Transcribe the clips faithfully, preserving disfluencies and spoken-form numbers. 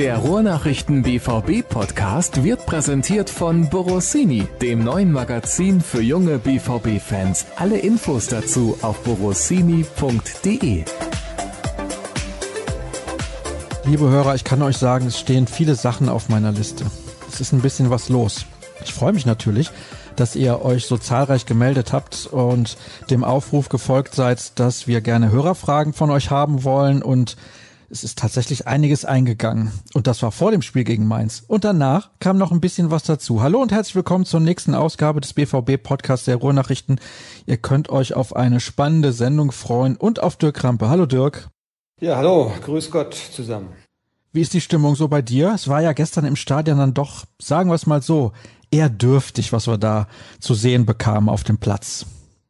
Der Ruhrnachrichten B V B-Podcast wird präsentiert von Borossini, dem neuen Magazin für junge B V B-Fans. Alle Infos dazu auf borossini punkt de. Liebe Hörer, ich kann euch sagen, es stehen viele Sachen auf meiner Liste. Es ist ein bisschen was los. Ich freue mich natürlich, dass ihr euch so zahlreich gemeldet habt und dem Aufruf gefolgt seid, dass wir gerne Hörerfragen von euch haben wollen, und es ist tatsächlich einiges eingegangen. Und das war vor dem Spiel gegen Mainz. Und danach kam noch ein bisschen was dazu. Hallo und herzlich willkommen zur nächsten Ausgabe des B V B-Podcasts der Ruhrnachrichten. Ihr könnt euch auf eine spannende Sendung freuen und auf Dirk Rampe. Hallo Dirk. Ja, hallo, grüß Gott zusammen. Wie ist die Stimmung so bei dir? Es war ja gestern im Stadion dann doch, sagen wir es mal so, eher dürftig, was wir da zu sehen bekamen auf dem Platz.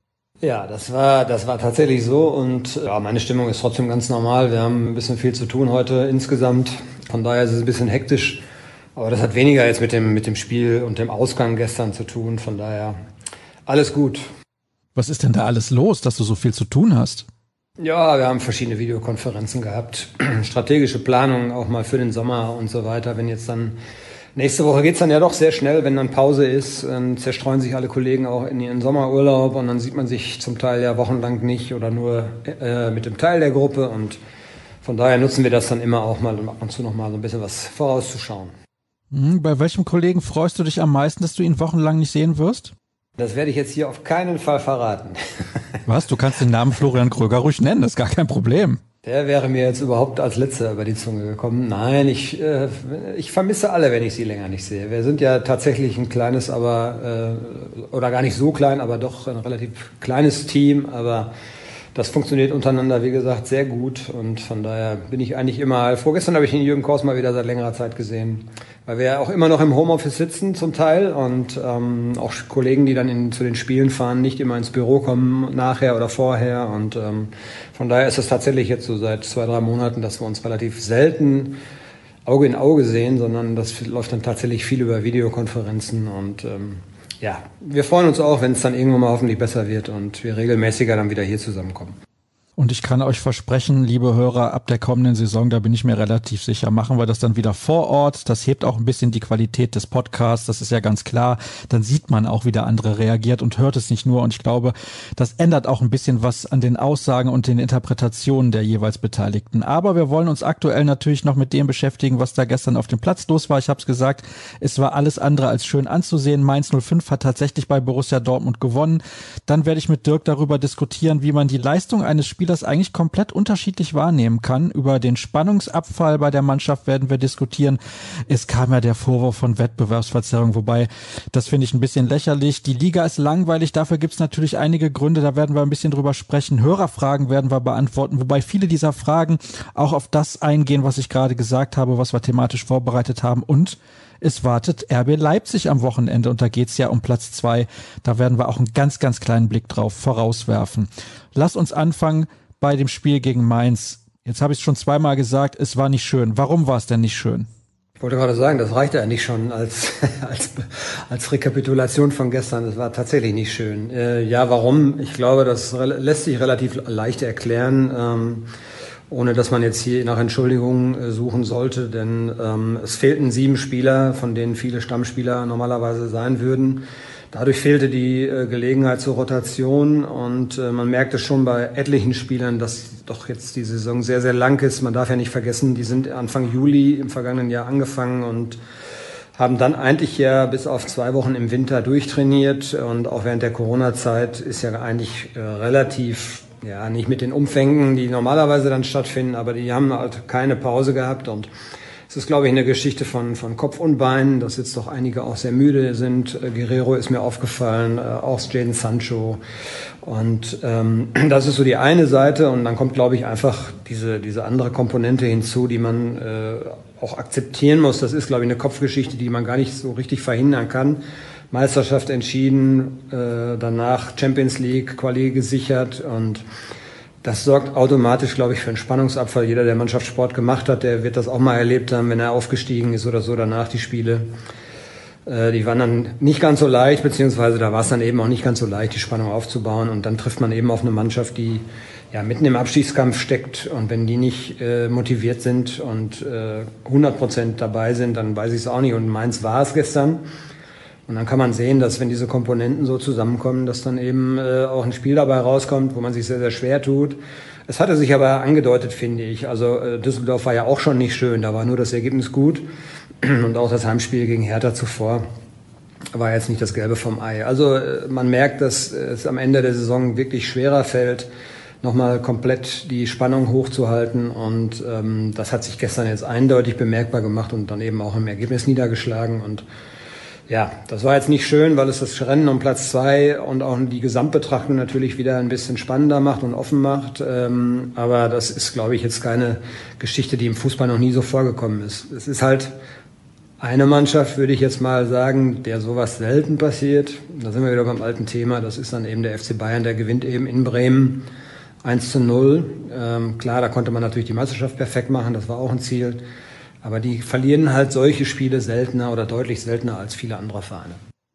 Ja, das war das war tatsächlich so, und ja, meine Stimmung ist trotzdem ganz normal. Wir haben ein bisschen viel zu tun heute insgesamt, von daher ist es ein bisschen hektisch, aber das hat weniger jetzt mit dem mit dem Spiel und dem Ausgang gestern zu tun, von daher alles gut. Was ist denn da alles los, dass du so viel zu tun hast? Ja, wir haben verschiedene Videokonferenzen gehabt, strategische Planungen auch mal für den Sommer und so weiter. Wenn jetzt dann nächste Woche geht's dann ja doch sehr schnell, wenn dann Pause ist, ähm, zerstreuen sich alle Kollegen auch in ihren Sommerurlaub, und dann sieht man sich zum Teil ja wochenlang nicht oder nur äh, mit dem Teil der Gruppe, und von daher nutzen wir das dann immer auch mal, um ab und zu noch mal so ein bisschen was vorauszuschauen. Mhm, bei welchem Kollegen freust du dich am meisten, dass du ihn wochenlang nicht sehen wirst? Das werde ich jetzt hier auf keinen Fall verraten. Was? Du kannst den Namen Florian Kröger ruhig nennen, das ist gar kein Problem. Der wäre mir jetzt überhaupt als letzter über die Zunge gekommen. Nein, ich, äh, ich vermisse alle, wenn ich sie länger nicht sehe. Wir sind ja tatsächlich ein kleines, aber äh, oder gar nicht so klein, aber doch ein relativ kleines Team. Aber das funktioniert untereinander, wie gesagt, sehr gut. Und von daher bin ich eigentlich immer, vorgestern habe ich den Jürgen Kors mal wieder seit längerer Zeit gesehen, weil wir ja auch immer noch im Homeoffice sitzen zum Teil, und ähm, auch Kollegen, die dann in, zu den Spielen fahren, nicht immer ins Büro kommen, nachher oder vorher. Und ähm, von daher ist es tatsächlich jetzt so seit zwei, drei Monaten, dass wir uns relativ selten Auge in Auge sehen, sondern das läuft dann tatsächlich viel über Videokonferenzen. Und ähm, ja, wir freuen uns auch, wenn es dann irgendwann mal hoffentlich besser wird und wir regelmäßiger dann wieder hier zusammenkommen. Und ich kann euch versprechen, liebe Hörer, ab der kommenden Saison, da bin ich mir relativ sicher, machen wir das dann wieder vor Ort. Das hebt auch ein bisschen die Qualität des Podcasts, das ist ja ganz klar. Dann sieht man auch, wie der andere reagiert und hört es nicht nur. Und ich glaube, das ändert auch ein bisschen was an den Aussagen und den Interpretationen der jeweils Beteiligten. Aber wir wollen uns aktuell natürlich noch mit dem beschäftigen, was da gestern auf dem Platz los war. Ich habe es gesagt, es war alles andere als schön anzusehen. Mainz null fünf hat tatsächlich bei Borussia Dortmund gewonnen. Dann werde ich mit Dirk darüber diskutieren, wie man die Leistung eines Spielers das eigentlich komplett unterschiedlich wahrnehmen kann. Über den Spannungsabfall bei der Mannschaft werden wir diskutieren. Es kam ja der Vorwurf von Wettbewerbsverzerrung, wobei, das finde ich ein bisschen lächerlich. Die Liga ist langweilig, dafür gibt es natürlich einige Gründe, da werden wir ein bisschen drüber sprechen. Hörerfragen werden wir beantworten, wobei viele dieser Fragen auch auf das eingehen, was ich gerade gesagt habe, was wir thematisch vorbereitet haben. Und es wartet R B Leipzig am Wochenende, und da geht's ja um Platz zwei. Da werden wir auch einen ganz, ganz kleinen Blick drauf vorauswerfen. Lass uns anfangen bei dem Spiel gegen Mainz. Jetzt habe ich es schon zweimal gesagt, es war nicht schön. Warum war es denn nicht schön? Ich wollte gerade sagen, das reicht ja nicht schon als, als, als Rekapitulation von gestern. Es war tatsächlich nicht schön. Äh, ja, warum? Ich glaube, das lässt sich relativ leicht erklären, ähm, ohne dass man jetzt hier nach Entschuldigungen äh, suchen sollte, denn ähm, es fehlten sieben Spieler, von denen viele Stammspieler normalerweise sein würden. Dadurch fehlte die äh, Gelegenheit zur Rotation, und äh, man merkte schon bei etlichen Spielern, dass doch jetzt die Saison sehr, sehr lang ist. Man darf ja nicht vergessen, die sind Anfang Juli im vergangenen Jahr angefangen und haben dann eigentlich ja bis auf zwei Wochen im Winter durchtrainiert, und auch während der Corona-Zeit ist ja eigentlich äh, relativ, ja, nicht mit den Umfängen, die normalerweise dann stattfinden, aber die haben halt keine Pause gehabt, und es ist, glaube ich, eine Geschichte von, von Kopf und Bein, dass jetzt doch einige auch sehr müde sind. Äh, Guerrero ist mir aufgefallen, äh, auch Jadon Sancho. Und ähm, das ist so die eine Seite. Und dann kommt, glaube ich, einfach diese, diese andere Komponente hinzu, die man äh, auch akzeptieren muss. Das ist, glaube ich, eine Kopfgeschichte, die man gar nicht so richtig verhindern kann. Meisterschaft entschieden, äh, danach Champions League, Quali gesichert, und das sorgt automatisch, glaube ich, für einen Spannungsabfall. Jeder, der Mannschaftssport gemacht hat, der wird das auch mal erlebt haben, wenn er aufgestiegen ist oder so, danach die Spiele. Äh, die waren dann nicht ganz so leicht, beziehungsweise da war es dann eben auch nicht ganz so leicht, die Spannung aufzubauen. Und dann trifft man eben auf eine Mannschaft, die ja mitten im Abstiegskampf steckt. Und wenn die nicht äh, motiviert sind und äh, hundert Prozent dabei sind, dann weiß ich es auch nicht. Und Mainz war es gestern. Und dann kann man sehen, dass wenn diese Komponenten so zusammenkommen, dass dann eben äh, auch ein Spiel dabei rauskommt, wo man sich sehr, sehr schwer tut. Es hatte sich aber angedeutet, finde ich. Also äh, Düsseldorf war ja auch schon nicht schön, da war nur das Ergebnis gut. Und auch das Heimspiel gegen Hertha zuvor war jetzt nicht das Gelbe vom Ei. Also äh, man merkt, dass es am Ende der Saison wirklich schwerer fällt, nochmal komplett die Spannung hochzuhalten. Und ähm, das hat sich gestern jetzt eindeutig bemerkbar gemacht und dann eben auch im Ergebnis niedergeschlagen. Und ja, das war jetzt nicht schön, weil es das Rennen um Platz zwei und auch die Gesamtbetrachtung natürlich wieder ein bisschen spannender macht und offen macht. Ähm, aber das ist, glaube ich, jetzt keine Geschichte, die im Fußball noch nie so vorgekommen ist. Es ist halt eine Mannschaft, würde ich jetzt mal sagen, der sowas selten passiert. Da sind wir wieder beim alten Thema. Das ist dann eben der F C Bayern, der gewinnt eben in Bremen eins zu null. Ähm, klar, da konnte man natürlich die Meisterschaft perfekt machen. Das war auch ein Ziel. Aber die verlieren halt solche Spiele seltener oder deutlich seltener als viele andere Vereine.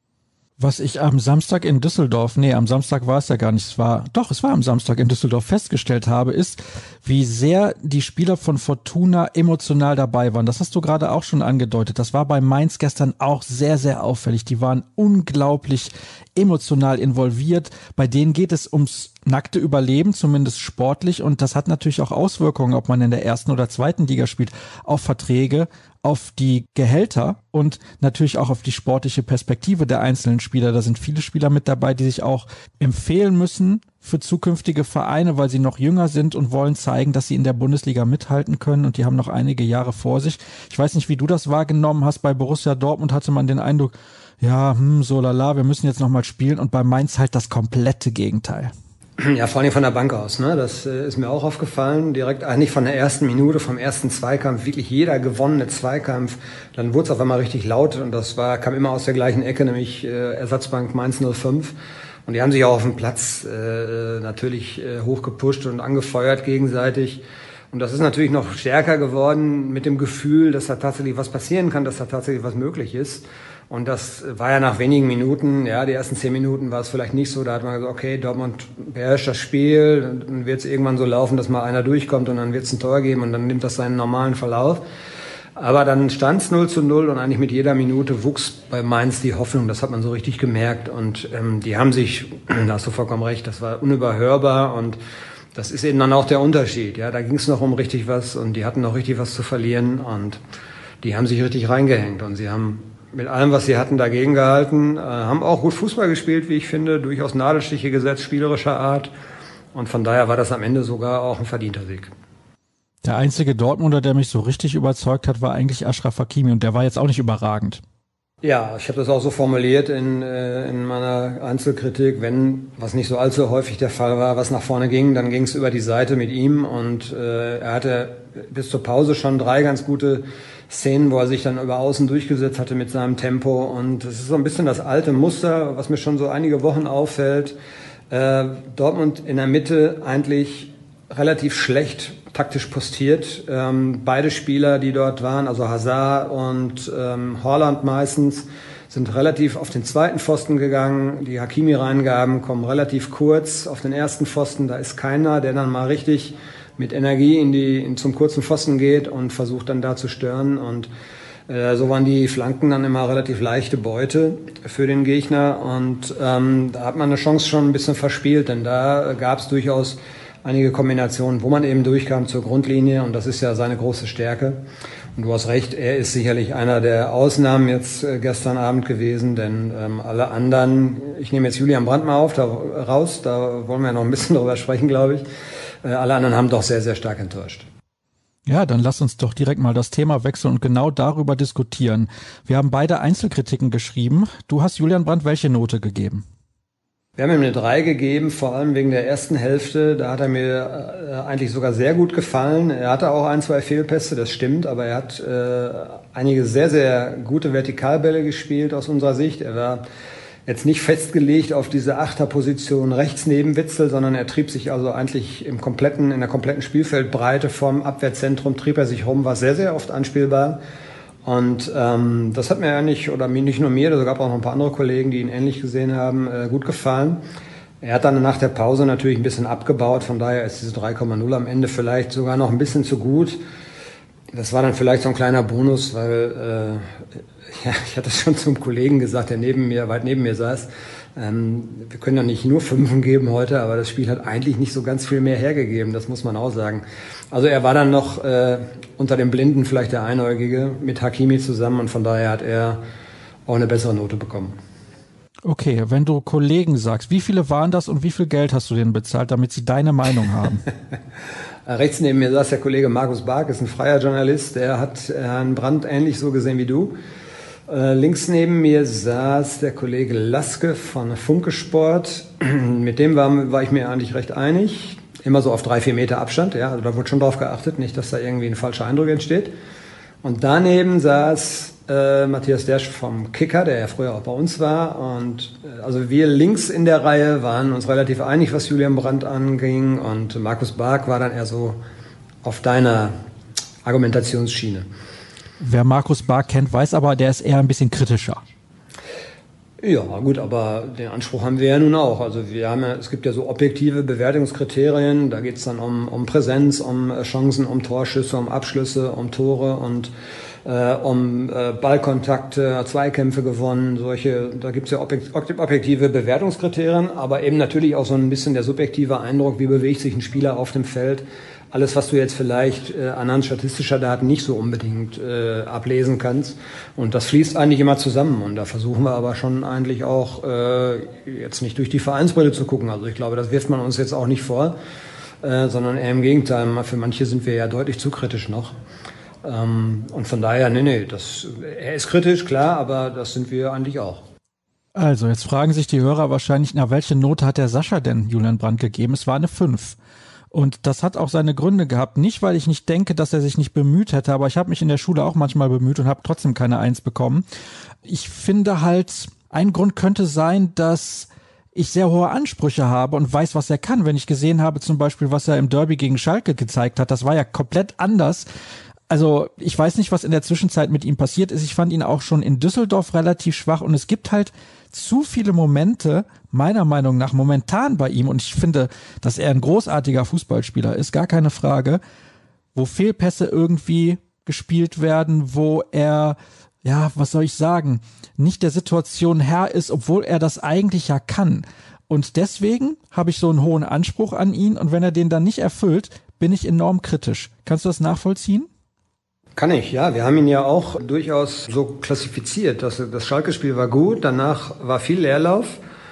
Was ich am Samstag in Düsseldorf, nee, am Samstag war es ja gar nicht, es war, doch, es war am Samstag in Düsseldorf festgestellt habe, ist, wie sehr die Spieler von Fortuna emotional dabei waren. Das hast du gerade auch schon angedeutet. Das war bei Mainz gestern auch sehr, sehr auffällig. Die waren unglaublich emotional involviert. Bei denen geht es ums nackte Überleben, zumindest sportlich. Und das hat natürlich auch Auswirkungen, ob man in der ersten oder zweiten Liga spielt, auf Verträge, auf die Gehälter und natürlich auch auf die sportliche Perspektive der einzelnen Spieler. Da sind viele Spieler mit dabei, die sich auch empfehlen müssen für zukünftige Vereine, weil sie noch jünger sind und wollen zeigen, dass sie in der Bundesliga mithalten können, und die haben noch einige Jahre vor sich. Ich weiß nicht, wie du das wahrgenommen hast. Bei Borussia Dortmund hatte man den Eindruck, ja, hm, so lala, wir müssen jetzt nochmal spielen, und bei Mainz halt das komplette Gegenteil. Ja, vor allem von der Bank aus, ne? Das äh, ist mir auch aufgefallen. Direkt eigentlich von der ersten Minute, vom ersten Zweikampf, wirklich jeder gewonnene Zweikampf. Dann wurde es auf einmal richtig laut, und das war kam immer aus der gleichen Ecke, nämlich äh, Ersatzbank Mainz null fünf. Und die haben sich auch auf dem Platz äh, natürlich äh, hochgepusht und angefeuert gegenseitig. Und das ist natürlich noch stärker geworden mit dem Gefühl, dass da tatsächlich was passieren kann, dass da tatsächlich was möglich ist. Und das war ja nach wenigen Minuten, ja, die ersten zehn Minuten war es vielleicht nicht so. Da hat man gesagt, okay, Dortmund beherrscht das Spiel, dann wird es irgendwann so laufen, dass mal einer durchkommt und dann wird es ein Tor geben und dann nimmt das seinen normalen Verlauf. Aber dann stand es null zu null, und eigentlich mit jeder Minute wuchs bei Mainz die Hoffnung, das hat man so richtig gemerkt. Und ähm, die haben sich, da hast du vollkommen recht, das war unüberhörbar, und das ist eben dann auch der Unterschied. Ja, da ging es noch um richtig was, und die hatten noch richtig was zu verlieren, und die haben sich richtig reingehängt, und sie haben mit allem, was sie hatten, dagegen gehalten, äh, haben auch gut Fußball gespielt, wie ich finde, durchaus Nadelstiche gesetzt, spielerischer Art, und von daher war das am Ende sogar auch ein verdienter Sieg. Der einzige Dortmunder, der mich so richtig überzeugt hat, war eigentlich Achraf Hakimi, und der war jetzt auch nicht überragend. Ja, ich habe das auch so formuliert in, äh, in meiner Einzelkritik. Wenn, was nicht so allzu häufig der Fall war, was nach vorne ging, dann ging es über die Seite mit ihm, und äh, er hatte bis zur Pause schon drei ganz gute Szenen, wo er sich dann über außen durchgesetzt hatte mit seinem Tempo, und es ist so ein bisschen das alte Muster, was mir schon so einige Wochen auffällt. Äh, Dortmund in der Mitte eigentlich relativ schlecht taktisch postiert. Ähm, beide Spieler, die dort waren, also Hazard und ähm, Haaland meistens, sind relativ auf den zweiten Pfosten gegangen. Die Hakimi-Reingaben kommen relativ kurz auf den ersten Pfosten. Da ist keiner, der dann mal richtig mit Energie in die in, zum kurzen Pfosten geht und versucht dann da zu stören. Und äh, so waren die Flanken dann immer relativ leichte Beute für den Gegner. Und ähm, da hat man eine Chance schon ein bisschen verspielt, denn da gab es durchaus einige Kombinationen, wo man eben durchkam zur Grundlinie, und das ist ja seine große Stärke. Und du hast recht, er ist sicherlich einer der Ausnahmen jetzt äh, gestern Abend gewesen, denn ähm, alle anderen, ich nehme jetzt Julian Brandt mal auf, da raus, da wollen wir noch ein bisschen drüber sprechen, glaube ich. Äh, alle anderen haben doch sehr, sehr stark enttäuscht. Ja, dann lass uns doch direkt mal das Thema wechseln und genau darüber diskutieren. Wir haben beide Einzelkritiken geschrieben. Du hast Julian Brandt welche Note gegeben? Wir haben ihm eine drei gegeben, vor allem wegen der ersten Hälfte. Da hat er mir äh, eigentlich sogar sehr gut gefallen. Er hatte auch ein, zwei Fehlpässe, das stimmt, aber er hat äh, einige sehr, sehr gute Vertikalbälle gespielt aus unserer Sicht. Er war jetzt nicht festgelegt auf diese Achterposition rechts neben Witzel, sondern er trieb sich also eigentlich im kompletten, in der kompletten Spielfeldbreite vom Abwehrzentrum, trieb er sich rum, war sehr, sehr oft anspielbar. Und ähm, das hat mir eigentlich, oder mir nicht nur mir, es gab auch noch ein paar andere Kollegen, die ihn ähnlich gesehen haben, äh, gut gefallen. Er hat dann nach der Pause natürlich ein bisschen abgebaut, von daher ist diese drei Komma null am Ende vielleicht sogar noch ein bisschen zu gut. Das war dann vielleicht so ein kleiner Bonus, weil äh, ja, ich hatte es schon zum Kollegen gesagt, der neben mir, weit neben mir saß, ähm, wir können ja nicht nur Fünfen geben heute, aber das Spiel hat eigentlich nicht so ganz viel mehr hergegeben, das muss man auch sagen. Also er war dann noch äh, unter den Blinden vielleicht der Einäugige mit Hakimi zusammen und von daher hat er auch eine bessere Note bekommen. Okay, wenn du Kollegen sagst, wie viele waren das und wie viel Geld hast du denen bezahlt, damit sie deine Meinung haben? Rechts neben mir saß der Kollege Markus Bark, ist ein freier Journalist, der hat Herrn Brandt ähnlich so gesehen wie du. Äh, links neben mir saß der Kollege Laske von Funke Sport, mit dem war, war ich mir eigentlich recht einig, immer so auf drei, vier Meter Abstand, ja, also da wurde schon drauf geachtet, nicht, dass da irgendwie ein falscher Eindruck entsteht. Und daneben saß äh, Matthias Dersch vom Kicker, der ja früher auch bei uns war. Und äh, also wir links in der Reihe waren uns relativ einig, was Julian Brandt anging. Und Markus Bark war dann eher so auf deiner Argumentationsschiene. Wer Markus Bark kennt, weiß aber, der ist eher ein bisschen kritischer. Ja, gut, aber den Anspruch haben wir ja nun auch. Also wir haben ja, es gibt ja so objektive Bewertungskriterien, da geht es dann um, um Präsenz, um Chancen, um Torschüsse, um Abschlüsse, um Tore und äh, um äh, Ballkontakte, Zweikämpfe gewonnen, solche, da gibt es ja objekt, objektive Bewertungskriterien, aber eben natürlich auch so ein bisschen der subjektive Eindruck, wie bewegt sich ein Spieler auf dem Feld. Alles, was du jetzt vielleicht äh, anhand statistischer Daten nicht so unbedingt äh, ablesen kannst. Und das fließt eigentlich immer zusammen. Und da versuchen wir aber schon eigentlich auch äh, jetzt nicht durch die Vereinsbrille zu gucken. Also ich glaube, das wirft man uns jetzt auch nicht vor, äh, sondern eher im Gegenteil. Für manche sind wir ja deutlich zu kritisch noch. Ähm, und von daher, nee, nee, das, er ist kritisch, klar, aber das sind wir eigentlich auch. Also, jetzt fragen sich die Hörer wahrscheinlich, na, welche Note hat der Sascha denn Julian Brandt gegeben? Es war eine fünf. Und das hat auch seine Gründe gehabt. Nicht, weil ich nicht denke, dass er sich nicht bemüht hätte, aber ich habe mich in der Schule auch manchmal bemüht und habe trotzdem keine Eins bekommen. Ich finde halt, ein Grund könnte sein, dass ich sehr hohe Ansprüche habe und weiß, was er kann. Wenn ich gesehen habe zum Beispiel, was er im Derby gegen Schalke gezeigt hat, das war ja komplett anders. Also ich weiß nicht, was in der Zwischenzeit mit ihm passiert ist. Ich fand ihn auch schon in Düsseldorf relativ schwach und es gibt halt zu viele Momente, meiner Meinung nach, momentan bei ihm, und ich finde, dass er ein großartiger Fußballspieler ist, gar keine Frage, wo Fehlpässe irgendwie gespielt werden, wo er, ja, was soll ich sagen, nicht der Situation Herr ist, obwohl er das eigentlich ja kann. Und deswegen habe ich so einen hohen Anspruch an ihn und wenn er den dann nicht erfüllt, bin ich enorm kritisch. Kannst du das nachvollziehen? Kann ich, ja. Wir haben ihn ja auch durchaus so klassifiziert. Das, das Schalke-Spiel war gut, danach war viel Leerlauf.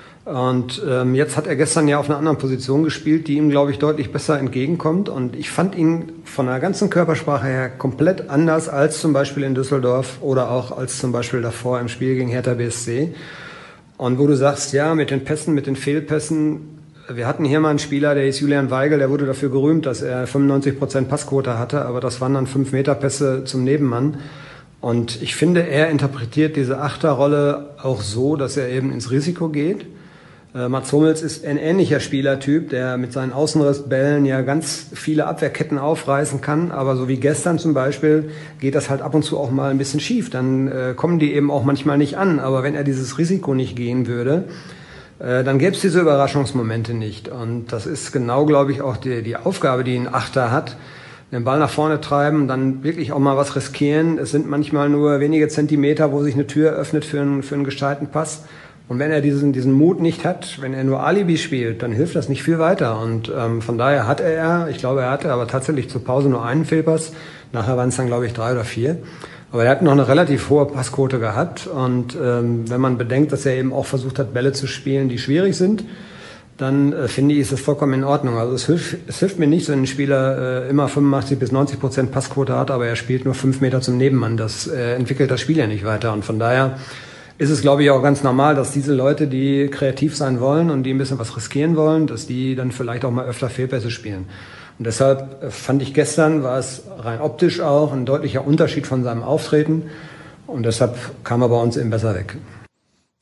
Und ähm, jetzt hat er gestern ja auf einer anderen Position gespielt, die ihm, glaube ich, deutlich besser entgegenkommt. Und ich fand ihn von der ganzen Körpersprache her komplett anders als zum Beispiel in Düsseldorf oder auch als zum Beispiel davor im Spiel gegen Hertha B S C. Und wo du sagst, ja, mit den Pässen, mit den Fehlpässen, wir hatten hier mal einen Spieler, der hieß Julian Weigel, der wurde dafür gerühmt, dass er fünfundneunzig Prozent Passquote hatte, aber das waren dann fünf Meter Pässe zum Nebenmann. Und ich finde, er interpretiert diese Achterrolle auch so, dass er eben ins Risiko geht. Äh, Mats Hummels ist ein ähnlicher Spielertyp, der mit seinen Außenrissbällen ja ganz viele Abwehrketten aufreißen kann, aber so wie gestern zum Beispiel geht das halt ab und zu auch mal ein bisschen schief. Dann äh, kommen die eben auch manchmal nicht an, aber wenn er dieses Risiko nicht gehen würde, dann gäbe es diese Überraschungsmomente nicht. Und das ist genau, glaube ich, auch die, die Aufgabe, die ein Achter hat. Den Ball nach vorne treiben, dann wirklich auch mal was riskieren. Es sind manchmal nur wenige Zentimeter, wo sich eine Tür öffnet für einen, für einen gescheiten Pass. Und wenn er diesen, diesen Mut nicht hat, wenn er nur Alibi spielt, dann hilft das nicht viel weiter. Und ähm, von daher hatte er, ich glaube, er hatte aber tatsächlich zur Pause nur einen Fehlpass. Nachher waren es dann, glaube ich, drei oder vier. Aber er hat noch eine relativ hohe Passquote gehabt und ähm, wenn man bedenkt, dass er eben auch versucht hat, Bälle zu spielen, die schwierig sind, dann äh, finde ich, ist das vollkommen in Ordnung. Also es hilft, es hilft mir nicht, wenn ein Spieler äh, immer fünfundachtzig bis neunzig Prozent Passquote hat, aber er spielt nur fünf Meter zum Nebenmann. Das äh, entwickelt das Spiel ja nicht weiter. Und von daher ist es, glaube ich, auch ganz normal, dass diese Leute, die kreativ sein wollen und die ein bisschen was riskieren wollen, dass die dann vielleicht auch mal öfter Fehlpässe spielen. Und deshalb fand ich gestern, war es rein optisch auch ein deutlicher Unterschied von seinem Auftreten. Und deshalb kam er bei uns eben besser weg.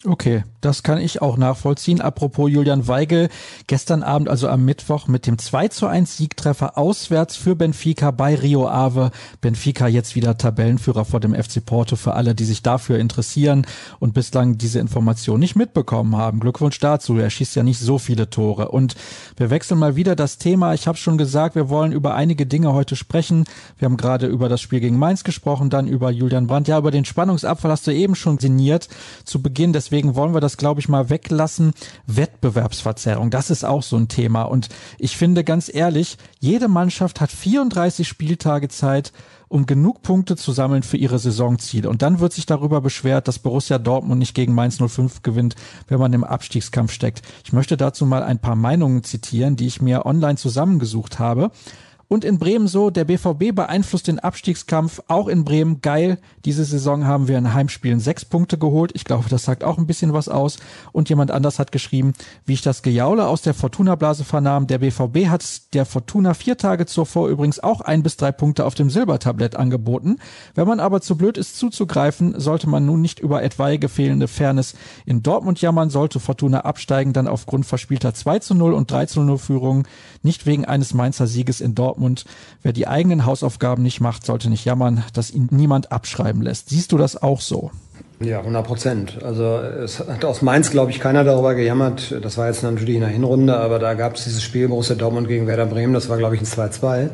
Okay, das kann ich auch nachvollziehen. Apropos Julian Weigl, gestern Abend, also am Mittwoch, mit dem zwei zu eins Siegtreffer auswärts für Benfica bei Rio Ave. Benfica jetzt wieder Tabellenführer vor dem F C Porto, für alle, die sich dafür interessieren und bislang diese Information nicht mitbekommen haben. Glückwunsch dazu, er schießt ja nicht so viele Tore. Und wir wechseln mal wieder das Thema. Ich habe schon gesagt, wir wollen über einige Dinge heute sprechen. Wir haben gerade über das Spiel gegen Mainz gesprochen, dann über Julian Brandt. Ja, über den Spannungsabfall hast du eben schon sinniert zu Beginn. Deswegen Deswegen wollen wir das, glaube ich, mal weglassen. Wettbewerbsverzerrung, das ist auch so ein Thema. Und ich finde ganz ehrlich, jede Mannschaft hat vierunddreißig Spieltage Zeit, um genug Punkte zu sammeln für ihre Saisonziele. Und dann wird sich darüber beschwert, dass Borussia Dortmund nicht gegen Mainz null fünf gewinnt, wenn man im Abstiegskampf steckt. Ich möchte dazu mal ein paar Meinungen zitieren, die ich mir online zusammengesucht habe. Und in Bremen so, der B V B beeinflusst den Abstiegskampf, auch in Bremen, geil. Diese Saison haben wir in Heimspielen sechs Punkte geholt. Ich glaube, das sagt auch ein bisschen was aus. Und jemand anders hat geschrieben, wie ich das Gejaule aus der Fortuna-Blase vernahm, der B V B hat der Fortuna vier Tage zuvor übrigens auch ein bis drei Punkte auf dem Silbertablett angeboten. Wenn man aber zu blöd ist zuzugreifen, sollte man nun nicht über etwaige fehlende Fairness in Dortmund jammern, sollte Fortuna absteigen, dann aufgrund verspielter zwei zu null und drei zu null Führungen, nicht wegen eines Mainzer Sieges in Dortmund. Und wer die eigenen Hausaufgaben nicht macht, sollte nicht jammern, dass ihn niemand abschreiben lässt. Siehst du das auch so? Ja, hundert Prozent. Also es hat aus Mainz, glaube ich, keiner darüber gejammert. Das war jetzt natürlich in der Hinrunde, aber da gab es dieses Spiel Borussia Dortmund gegen Werder Bremen, das war, glaube ich, ein zwei zwei.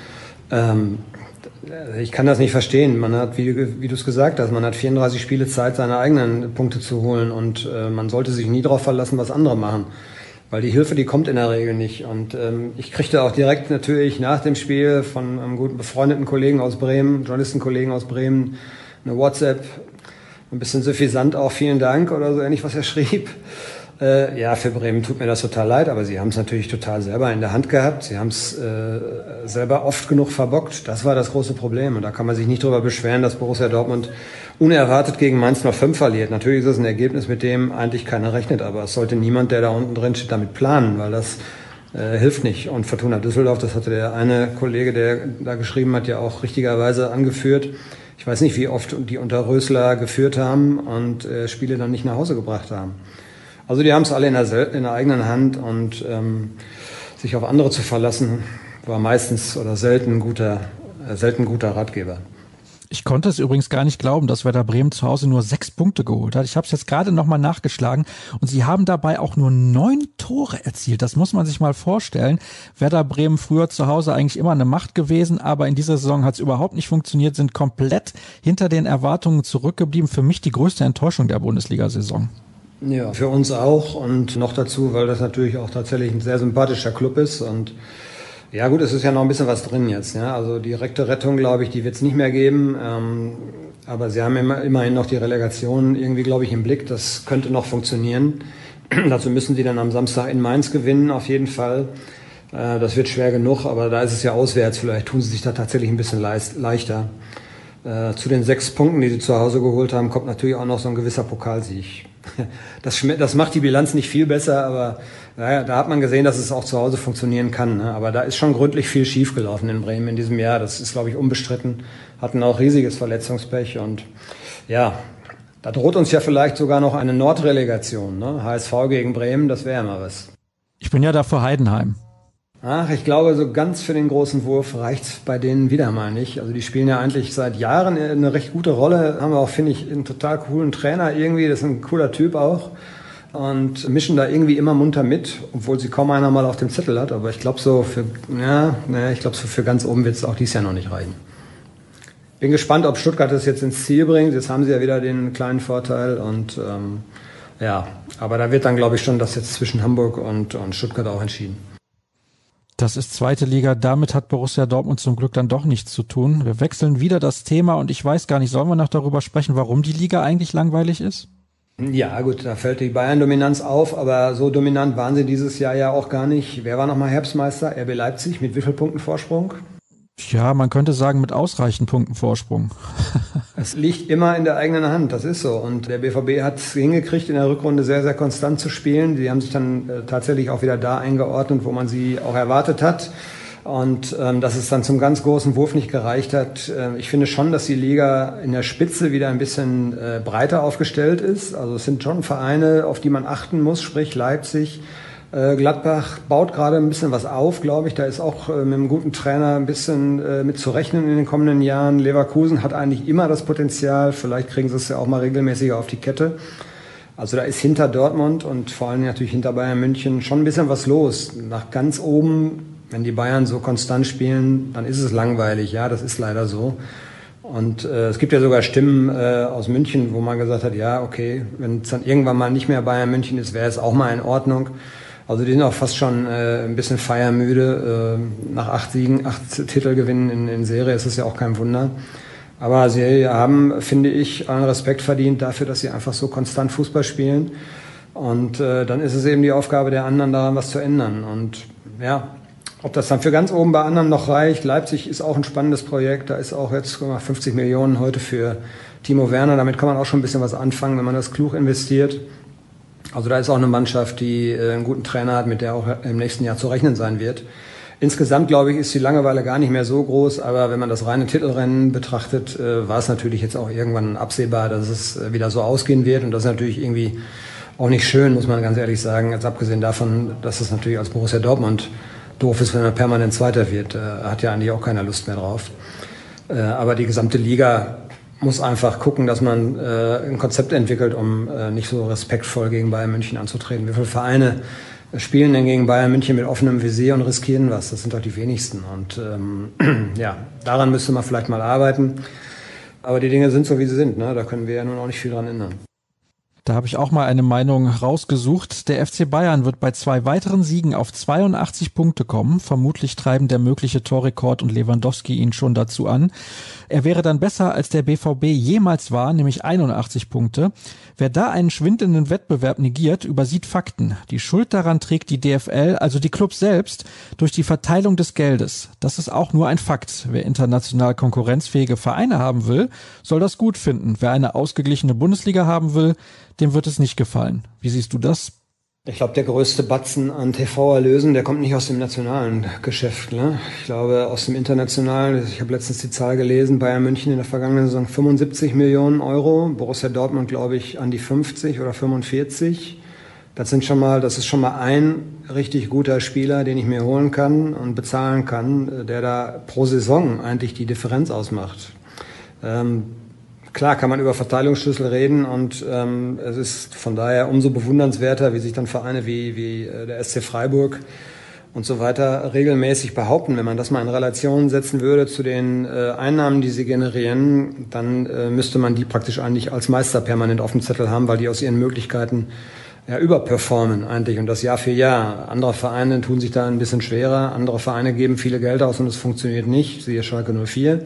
Ähm, ich kann das nicht verstehen. Man hat, wie, wie du es gesagt hast, man hat vierunddreißig Spiele Zeit, seine eigenen Punkte zu holen und äh, man sollte sich nie darauf verlassen, was andere machen. Weil die Hilfe, die kommt in der Regel nicht. Und ähm, ich kriegte auch direkt natürlich nach dem Spiel von einem guten befreundeten Kollegen aus Bremen, Journalistenkollegen aus Bremen, eine WhatsApp, ein bisschen suffisant auch, vielen Dank oder so ähnlich, was er schrieb. Äh, ja, für Bremen tut mir das total leid, aber sie haben es natürlich total selber in der Hand gehabt. Sie haben es äh, selber oft genug verbockt. Das war das große Problem. Und da kann man sich nicht drüber beschweren, dass Borussia Dortmund unerwartet gegen Mainz null fünf verliert. Natürlich ist es ein Ergebnis, mit dem eigentlich keiner rechnet, aber es sollte niemand, der da unten drin steht, damit planen, weil das äh, hilft nicht. Und Fortuna Düsseldorf, das hatte der eine Kollege, der da geschrieben hat, ja auch richtigerweise angeführt. Ich weiß nicht, wie oft die unter Rösler geführt haben und äh, Spiele dann nicht nach Hause gebracht haben. Also die haben es alle in der, in der eigenen Hand und ähm, sich auf andere zu verlassen, war meistens oder selten ein guter, äh, selten ein guter Ratgeber. Ich konnte es übrigens gar nicht glauben, dass Werder Bremen zu Hause nur sechs Punkte geholt hat. Ich habe es jetzt gerade nochmal nachgeschlagen und sie haben dabei auch nur neun Tore erzielt. Das muss man sich mal vorstellen. Werder Bremen früher zu Hause eigentlich immer eine Macht gewesen, aber in dieser Saison hat es überhaupt nicht funktioniert, sind komplett hinter den Erwartungen zurückgeblieben. Für mich die größte Enttäuschung der Bundesliga-Saison. Ja, für uns auch und noch dazu, weil das natürlich auch tatsächlich ein sehr sympathischer Club ist und ja gut, es ist ja noch ein bisschen was drin jetzt. Ja? Also direkte Rettung, glaube ich, die wird es nicht mehr geben. Ähm, aber sie haben immer, immerhin noch die Relegation irgendwie, glaube ich, im Blick. Das könnte noch funktionieren. Dazu müssen sie dann am Samstag in Mainz gewinnen, auf jeden Fall. Äh, das wird schwer genug, aber da ist es ja auswärts. Vielleicht tun sie sich da tatsächlich ein bisschen leicht, leichter. Äh, zu den sechs Punkten, die sie zu Hause geholt haben, kommt natürlich auch noch so ein gewisser Pokalsieg. Das, das macht die Bilanz nicht viel besser, aber naja, da hat man gesehen, dass es auch zu Hause funktionieren kann. Ne? Aber da ist schon gründlich viel schiefgelaufen in Bremen in diesem Jahr. Das ist, glaube ich, unbestritten. Hatten auch riesiges Verletzungspech. Und ja, da droht uns ja vielleicht sogar noch eine Nordrelegation. Ne? H S V gegen Bremen, das wäre ja mal was. Ich bin ja da für Heidenheim. Ach, ich glaube, so ganz für den großen Wurf reicht's bei denen wieder mal nicht. Also die spielen ja eigentlich seit Jahren eine recht gute Rolle. Haben wir auch, finde ich, einen total coolen Trainer irgendwie. Das ist ein cooler Typ auch. Und mischen da irgendwie immer munter mit, obwohl sie kaum einer mal auf dem Zettel hat. Aber ich glaube, so für, ja, ne, ich glaube, so für ganz oben wird es auch dieses Jahr noch nicht reichen. Bin gespannt, ob Stuttgart das jetzt ins Ziel bringt. Jetzt haben sie ja wieder den kleinen Vorteil. Und ähm, ja, aber da wird dann, glaube ich, schon das jetzt zwischen Hamburg und, und Stuttgart auch entschieden. Das ist zweite Liga, damit hat Borussia Dortmund zum Glück dann doch nichts zu tun. Wir wechseln wieder das Thema und ich weiß gar nicht, sollen wir noch darüber sprechen, warum die Liga eigentlich langweilig ist? Ja gut, da fällt die Bayern-Dominanz auf, aber so dominant waren sie dieses Jahr ja auch gar nicht. Wer war nochmal Herbstmeister? R B Leipzig, mit wie viel Punkten Vorsprung? Ja, man könnte sagen mit ausreichend Punkten Vorsprung. Es liegt immer in der eigenen Hand, das ist so. Und der B V B hat es hingekriegt, in der Rückrunde sehr, sehr konstant zu spielen. Die haben sich dann äh, tatsächlich auch wieder da eingeordnet, wo man sie auch erwartet hat. Und ähm, dass es dann zum ganz großen Wurf nicht gereicht hat. Äh, ich finde schon, dass die Liga in der Spitze wieder ein bisschen äh, breiter aufgestellt ist. Also es sind schon Vereine, auf die man achten muss, sprich Leipzig. Äh, Gladbach baut gerade ein bisschen was auf, glaube ich. Da ist auch äh, mit einem guten Trainer ein bisschen äh, mit zu rechnen in den kommenden Jahren. Leverkusen hat eigentlich immer das Potenzial. Vielleicht kriegen sie es ja auch mal regelmäßiger auf die Kette. Also da ist hinter Dortmund und vor allem natürlich hinter Bayern München schon ein bisschen was los. Nach ganz oben, wenn die Bayern so konstant spielen, dann ist es langweilig. Ja, das ist leider so. Und äh, es gibt ja sogar Stimmen äh, aus München, wo man gesagt hat, ja, okay, wenn es dann irgendwann mal nicht mehr Bayern München ist, wäre es auch mal in Ordnung. Also die sind auch fast schon äh, ein bisschen feiermüde. Äh, nach acht Siegen, acht Titelgewinnen in, in Serie ist es ja auch kein Wunder. Aber sie haben, finde ich, allen Respekt verdient dafür, dass sie einfach so konstant Fußball spielen. Und äh, dann ist es eben die Aufgabe der anderen, daran was zu ändern. Und ja, ob das dann für ganz oben bei anderen noch reicht. Leipzig ist auch ein spannendes Projekt. Da ist auch jetzt fünfzig Millionen heute für Timo Werner. Damit kann man auch schon ein bisschen was anfangen, wenn man das klug investiert. Also da ist auch eine Mannschaft, die äh, einen guten Trainer hat, mit der auch im nächsten Jahr zu rechnen sein wird. Insgesamt, glaube ich, ist die Langeweile gar nicht mehr so groß, aber wenn man das reine Titelrennen betrachtet, äh, war es natürlich jetzt auch irgendwann absehbar, dass es äh, wieder so ausgehen wird. Und das ist natürlich irgendwie auch nicht schön, muss man ganz ehrlich sagen, jetzt abgesehen davon, dass es natürlich als Borussia Dortmund doof ist, wenn man permanent Zweiter wird. Äh, hat ja eigentlich auch keiner Lust mehr drauf. Äh, aber die gesamte Liga muss einfach gucken, dass man äh, ein Konzept entwickelt, um äh, nicht so respektvoll gegen Bayern München anzutreten. Wie viele Vereine spielen denn gegen Bayern München mit offenem Visier und riskieren was? Das sind doch die wenigsten. Und ähm, ja, daran müsste man vielleicht mal arbeiten. Aber die Dinge sind so, wie sie sind. Ne? Da können wir ja nun auch nicht viel dran ändern. Da habe ich auch mal eine Meinung rausgesucht. Der F C Bayern wird bei zwei weiteren Siegen auf zweiundachtzig Punkte kommen. Vermutlich treiben der mögliche Torrekord und Lewandowski ihn schon dazu an. Er wäre dann besser, als der B V B jemals war, nämlich einundachtzig Punkte. Wer da einen schwindenden Wettbewerb negiert, übersieht Fakten. Die Schuld daran trägt die D F L, also die Clubs selbst, durch die Verteilung des Geldes. Das ist auch nur ein Fakt. Wer international konkurrenzfähige Vereine haben will, soll das gut finden. Wer eine ausgeglichene Bundesliga haben will, dem wird es nicht gefallen. Wie siehst du das? Ich glaube, der größte Batzen an T V-Erlösen, der kommt nicht aus dem nationalen Geschäft. Ne? Ich glaube, aus dem internationalen, ich habe letztens die Zahl gelesen, Bayern München in der vergangenen Saison fünfundsiebzig Millionen Euro, Borussia Dortmund, glaube ich, an die fünfzig oder fünfundvierzig. Das sind schon mal, das ist schon mal ein richtig guter Spieler, den ich mir holen kann und bezahlen kann, der da pro Saison eigentlich die Differenz ausmacht. Ähm, Klar kann man über Verteilungsschlüssel reden und ähm, es ist von daher umso bewundernswerter, wie sich dann Vereine wie, wie äh, der S C Freiburg und so weiter regelmäßig behaupten. Wenn man das mal in Relation setzen würde zu den äh, Einnahmen, die sie generieren, dann äh, müsste man die praktisch eigentlich als Meister permanent auf dem Zettel haben, weil die aus ihren Möglichkeiten ja überperformen eigentlich und das Jahr für Jahr. Andere Vereine tun sich da ein bisschen schwerer, andere Vereine geben viele Geld aus und es funktioniert nicht, siehe Schalke null vier.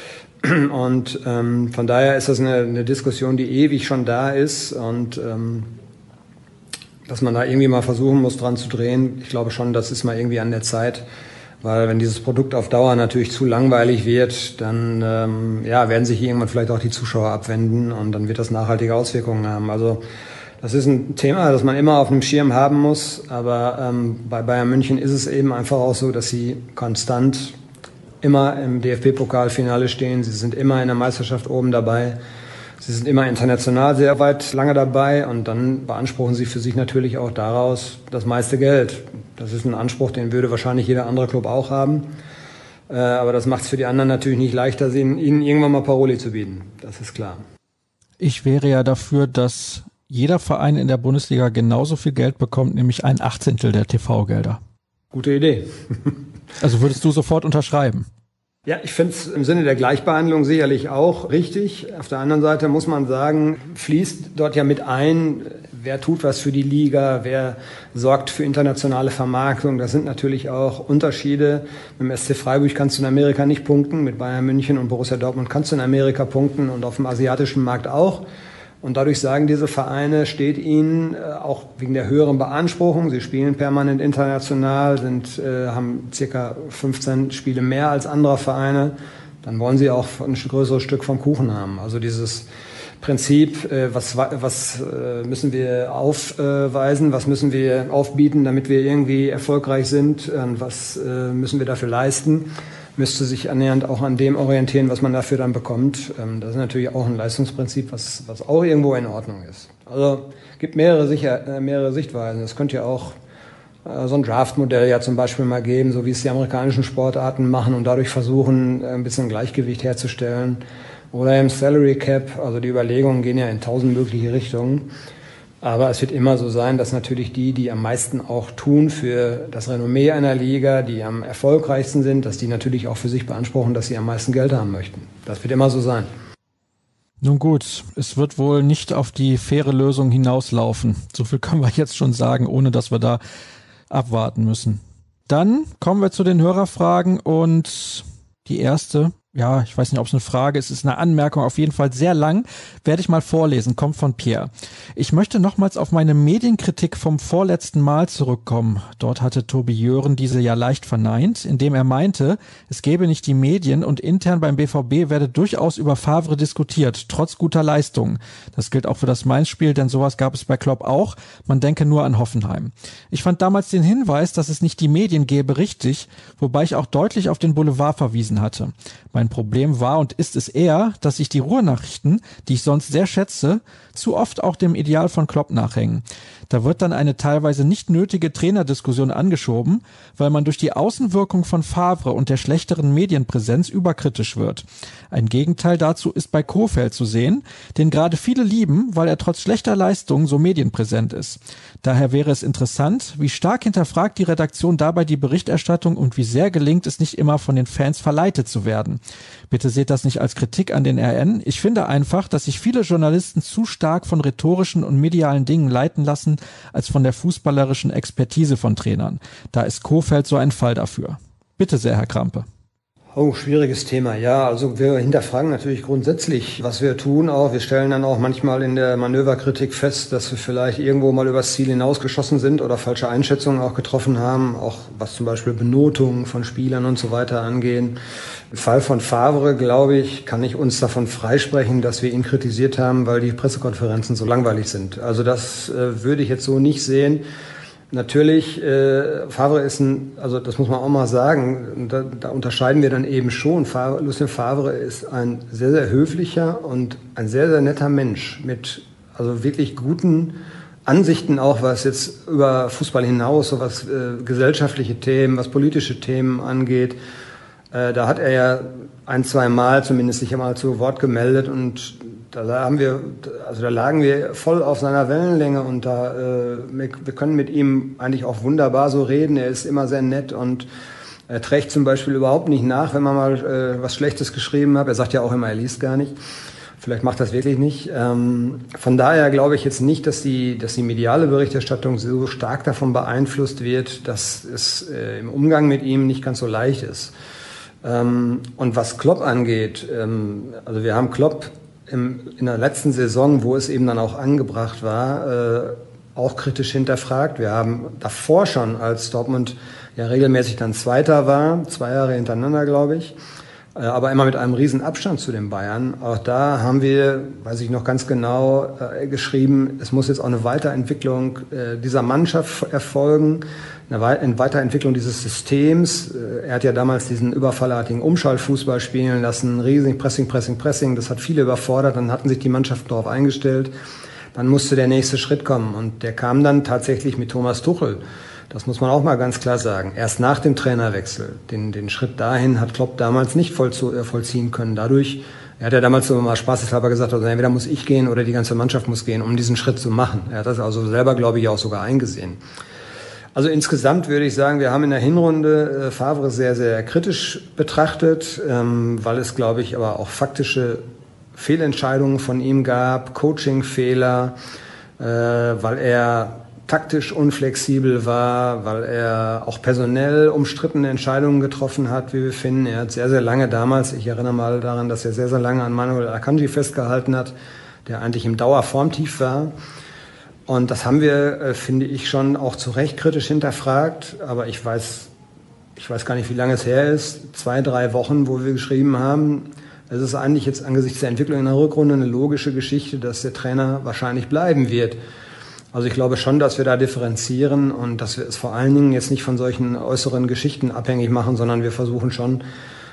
Und ähm, von daher ist das eine, eine Diskussion, die ewig schon da ist und ähm, dass man da irgendwie mal versuchen muss, dran zu drehen. Ich glaube schon, das ist mal irgendwie an der Zeit, weil wenn dieses Produkt auf Dauer natürlich zu langweilig wird, dann ähm, ja, werden sich irgendwann vielleicht auch die Zuschauer abwenden und dann wird das nachhaltige Auswirkungen haben. Also das ist ein Thema, das man immer auf dem Schirm haben muss, aber ähm, bei Bayern München ist es eben einfach auch so, dass sie konstant immer im D F B-Pokalfinale stehen, sie sind immer in der Meisterschaft oben dabei, sie sind immer international sehr weit lange dabei und dann beanspruchen sie für sich natürlich auch daraus das meiste Geld. Das ist ein Anspruch, den würde wahrscheinlich jeder andere Club auch haben, äh, aber das macht es für die anderen natürlich nicht leichter, ihnen irgendwann mal Paroli zu bieten, das ist klar. Ich wäre ja dafür, dass jeder Verein in der Bundesliga genauso viel Geld bekommt, nämlich ein Achtzehntel der T V-Gelder. Gute Idee. Also würdest du sofort unterschreiben? Ja, ich finde es im Sinne der Gleichbehandlung sicherlich auch richtig. Auf der anderen Seite muss man sagen, fließt dort ja mit ein, wer tut was für die Liga, wer sorgt für internationale Vermarktung. Das sind natürlich auch Unterschiede. Mit dem S C Freiburg kannst du in Amerika nicht punkten, mit Bayern München und Borussia Dortmund kannst du in Amerika punkten und auf dem asiatischen Markt auch. Und dadurch sagen diese Vereine, steht ihnen äh, auch wegen der höheren Beanspruchung, sie spielen permanent international, sind, äh, haben circa fünfzehn Spiele mehr als andere Vereine, dann wollen sie auch ein größeres Stück vom Kuchen haben. Also dieses Prinzip, äh, was, was äh, müssen wir aufweisen, was müssen wir aufbieten, damit wir irgendwie erfolgreich sind, äh, was äh, müssen wir dafür leisten, müsste sich annähernd auch an dem orientieren, was man dafür dann bekommt. Ähm, das ist natürlich auch ein Leistungsprinzip, was, was auch irgendwo in Ordnung ist. Also gibt mehrere, Sicher äh, mehrere Sichtweisen. Es könnte ja auch äh, so ein Draft-Modell ja zum Beispiel mal geben, so wie es die amerikanischen Sportarten machen und dadurch versuchen, äh, ein bisschen Gleichgewicht herzustellen. Oder im Salary Cap, also die Überlegungen gehen ja in tausend mögliche Richtungen. Aber es wird immer so sein, dass natürlich die, die am meisten auch tun für das Renommee einer Liga, die am erfolgreichsten sind, dass die natürlich auch für sich beanspruchen, dass sie am meisten Geld haben möchten. Das wird immer so sein. Nun gut, es wird wohl nicht auf die faire Lösung hinauslaufen. So viel können wir jetzt schon sagen, ohne dass wir da abwarten müssen. Dann kommen wir zu den Hörerfragen und die erste, ja, ich weiß nicht, ob es eine Frage ist, es ist eine Anmerkung, auf jeden Fall sehr lang, werde ich mal vorlesen, kommt von Pierre. Ich möchte nochmals auf meine Medienkritik vom vorletzten Mal zurückkommen. Dort hatte Tobi Jören diese ja leicht verneint, indem er meinte, es gäbe nicht die Medien und intern beim B V B werde durchaus über Favre diskutiert, trotz guter Leistungen. Das gilt auch für das Mainz-Spiel, denn sowas gab es bei Klopp auch. Man denke nur an Hoffenheim. Ich fand damals den Hinweis, dass es nicht die Medien gäbe, richtig, wobei ich auch deutlich auf den Boulevard verwiesen hatte. Mein Problem war und ist es eher, dass sich die Ruhrnachrichten, die ich sonst sehr schätze, zu oft auch dem Ideal von Klopp nachhängen. Da wird dann eine teilweise nicht nötige Trainerdiskussion angeschoben, weil man durch die Außenwirkung von Favre und der schlechteren Medienpräsenz überkritisch wird. Ein Gegenteil dazu ist bei Kohfeldt zu sehen, den gerade viele lieben, weil er trotz schlechter Leistungen so medienpräsent ist. Daher wäre es interessant, wie stark hinterfragt die Redaktion dabei die Berichterstattung und wie sehr gelingt es nicht immer von den Fans verleitet zu werden. Bitte seht das nicht als Kritik an den R N. Ich finde einfach, dass sich viele Journalisten zu stark von rhetorischen und medialen Dingen leiten lassen, als von der fußballerischen Expertise von Trainern. Da ist Kohfeldt so ein Fall dafür. Bitte sehr, Herr Krampe. Oh, schwieriges Thema. Ja, also wir hinterfragen natürlich grundsätzlich, was wir tun auch. Wir stellen dann auch manchmal in der Manöverkritik fest, dass wir vielleicht irgendwo mal übers Ziel hinausgeschossen sind oder falsche Einschätzungen auch getroffen haben, auch was zum Beispiel Benotungen von Spielern und so weiter angehen. Im Fall von Favre, glaube ich, kann ich uns davon freisprechen, dass wir ihn kritisiert haben, weil die Pressekonferenzen so langweilig sind. Also das äh, würde ich jetzt so nicht sehen. Natürlich, äh, Favre ist ein, also das muss man auch mal sagen, da, da unterscheiden wir dann eben schon. Favre, Lucien Favre ist ein sehr, sehr höflicher und ein sehr, sehr netter Mensch mit also wirklich guten Ansichten auch, was jetzt über Fußball hinaus, so was äh, gesellschaftliche Themen, was politische Themen angeht. Äh, da hat er ja ein, zwei Mal zumindest sich einmal zu Wort gemeldet und da haben wir, also da lagen wir voll auf seiner Wellenlänge und da äh, wir, wir können mit ihm eigentlich auch wunderbar so reden. Er ist immer sehr nett und er trägt zum Beispiel überhaupt nicht nach, wenn man mal äh, was Schlechtes geschrieben hat. Er sagt ja auch immer, er liest gar nicht. Vielleicht macht das wirklich nicht. Ähm, von daher glaube ich jetzt nicht, dass die, dass die mediale Berichterstattung so stark davon beeinflusst wird, dass es äh, im Umgang mit ihm nicht ganz so leicht ist. Ähm, und was Klopp angeht, ähm, also wir haben Klopp Im, in der letzten Saison, wo es eben dann auch angebracht war, äh, auch kritisch hinterfragt. Wir haben davor schon, als Dortmund ja regelmäßig dann Zweiter war, zwei Jahre hintereinander, glaube ich, äh, aber immer mit einem riesen Abstand zu den Bayern. Auch da haben wir, weiß ich noch ganz genau, äh, geschrieben, es muss jetzt auch eine Weiterentwicklung äh, dieser Mannschaft erfolgen, eine Weiterentwicklung dieses Systems. Er hat ja damals diesen überfallartigen Umschaltfußball spielen lassen, riesig Pressing, Pressing, Pressing. Das hat viele überfordert. Dann hatten sich die Mannschaften darauf eingestellt. Dann musste der nächste Schritt kommen. Und der kam dann tatsächlich mit Thomas Tuchel. Das muss man auch mal ganz klar sagen. Erst nach dem Trainerwechsel. Den, den Schritt dahin hat Klopp damals nicht voll zu, äh, vollziehen können. Dadurch, er hat ja damals so mal spaßeshalber gesagt, also entweder muss ich gehen oder die ganze Mannschaft muss gehen, um diesen Schritt zu machen. Er hat das also selber, glaube ich, auch sogar eingesehen. Also insgesamt würde ich sagen, wir haben in der Hinrunde äh, Favre sehr, sehr kritisch betrachtet, ähm, weil es, glaube ich, aber auch faktische Fehlentscheidungen von ihm gab, Coaching-Fehler, äh, weil er taktisch unflexibel war, weil er auch personell umstrittene Entscheidungen getroffen hat, wie wir finden. Er hat sehr, sehr lange damals, ich erinnere mal daran, dass er sehr, sehr lange an Manuel Akanji festgehalten hat, der eigentlich im Dauerformtief war. Und das haben wir, äh, finde ich, schon auch zu Recht kritisch hinterfragt. Aber ich weiß, ich weiß gar nicht, wie lange es her ist. Zwei, drei Wochen, wo wir geschrieben haben, Es ist eigentlich jetzt angesichts der Entwicklung in der Rückrunde eine logische Geschichte, dass der Trainer wahrscheinlich bleiben wird. Also ich glaube schon, dass wir da differenzieren und dass wir es vor allen Dingen jetzt nicht von solchen äußeren Geschichten abhängig machen, sondern wir versuchen schon,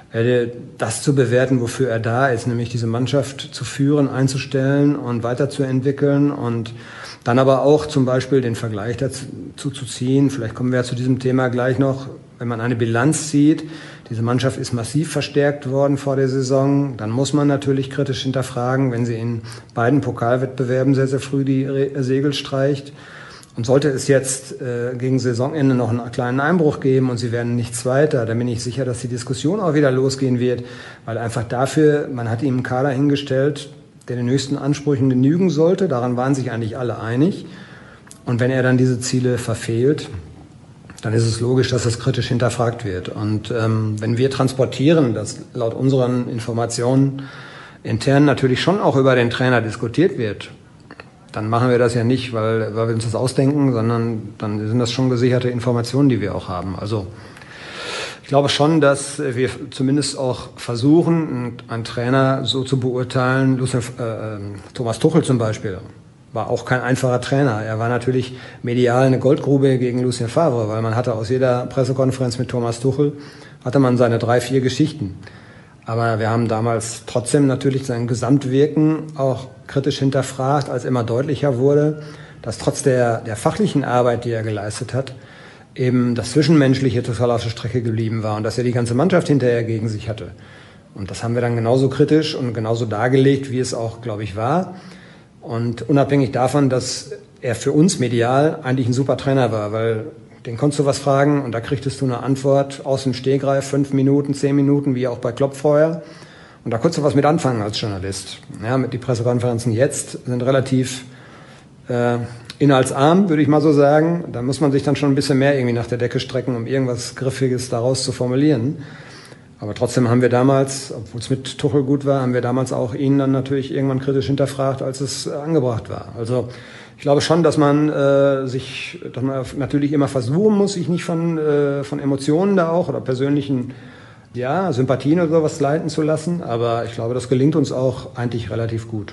das zu bewerten, wofür er da ist, nämlich diese Mannschaft zu führen, einzustellen und weiterzuentwickeln und dann aber auch zum Beispiel den Vergleich dazu zu ziehen. Vielleicht kommen wir ja zu diesem Thema gleich noch. Wenn man eine Bilanz zieht, diese Mannschaft ist massiv verstärkt worden vor der Saison, dann muss man natürlich kritisch hinterfragen, wenn sie in beiden Pokalwettbewerben sehr, sehr früh die Segel streicht. Und sollte es jetzt äh, gegen Saisonende noch einen kleinen Einbruch geben und sie werden nicht Zweiter, dann bin ich sicher, dass die Diskussion auch wieder losgehen wird, weil einfach dafür, man hat ihm einen Kader hingestellt, der den höchsten Ansprüchen genügen sollte. Daran waren sich eigentlich alle einig. Und wenn er dann diese Ziele verfehlt, dann ist es logisch, dass das kritisch hinterfragt wird. Und ähm, wenn wir transportieren, dass laut unseren Informationen intern natürlich schon auch über den Trainer diskutiert wird, dann machen wir das ja nicht, weil, weil wir uns das ausdenken, sondern dann sind das schon gesicherte Informationen, die wir auch haben. Also ich glaube schon, dass wir zumindest auch versuchen, einen Trainer so zu beurteilen. Lucien, äh, Thomas Tuchel zum Beispiel war auch kein einfacher Trainer. Er war natürlich medial eine Goldgrube gegen Lucien Favre, weil man hatte aus jeder Pressekonferenz mit Thomas Tuchel, hatte man seine drei, vier Geschichten. Aber wir haben damals trotzdem natürlich sein Gesamtwirken auch kritisch hinterfragt, als immer deutlicher wurde, dass trotz der, der fachlichen Arbeit, die er geleistet hat, eben das Zwischenmenschliche total auf der Strecke geblieben war und dass er die ganze Mannschaft hinterher gegen sich hatte. Und das haben wir dann genauso kritisch und genauso dargelegt, wie es auch, glaube ich, war. Und unabhängig davon, dass er für uns medial eigentlich ein super Trainer war, weil den konntest du was fragen und da kriegtest du eine Antwort aus dem Stegreif, fünf Minuten, zehn Minuten, wie auch bei Klopp vorher. Und da konntest du was mit anfangen als Journalist. Ja, mit die Pressekonferenzen jetzt sind relativ äh, inhaltsarm, würde ich mal so sagen. Da muss man sich dann schon ein bisschen mehr irgendwie nach der Decke strecken, um irgendwas Griffiges daraus zu formulieren. Aber trotzdem haben wir damals, obwohl es mit Tuchel gut war, haben wir damals auch ihn dann natürlich irgendwann kritisch hinterfragt, als es äh, angebracht war. Also ich glaube schon, dass man äh, sich, dass man natürlich immer versuchen muss, sich nicht von äh, von Emotionen da auch oder persönlichen ja Sympathien oder sowas leiten zu lassen. Aber ich glaube, das gelingt uns auch eigentlich relativ gut.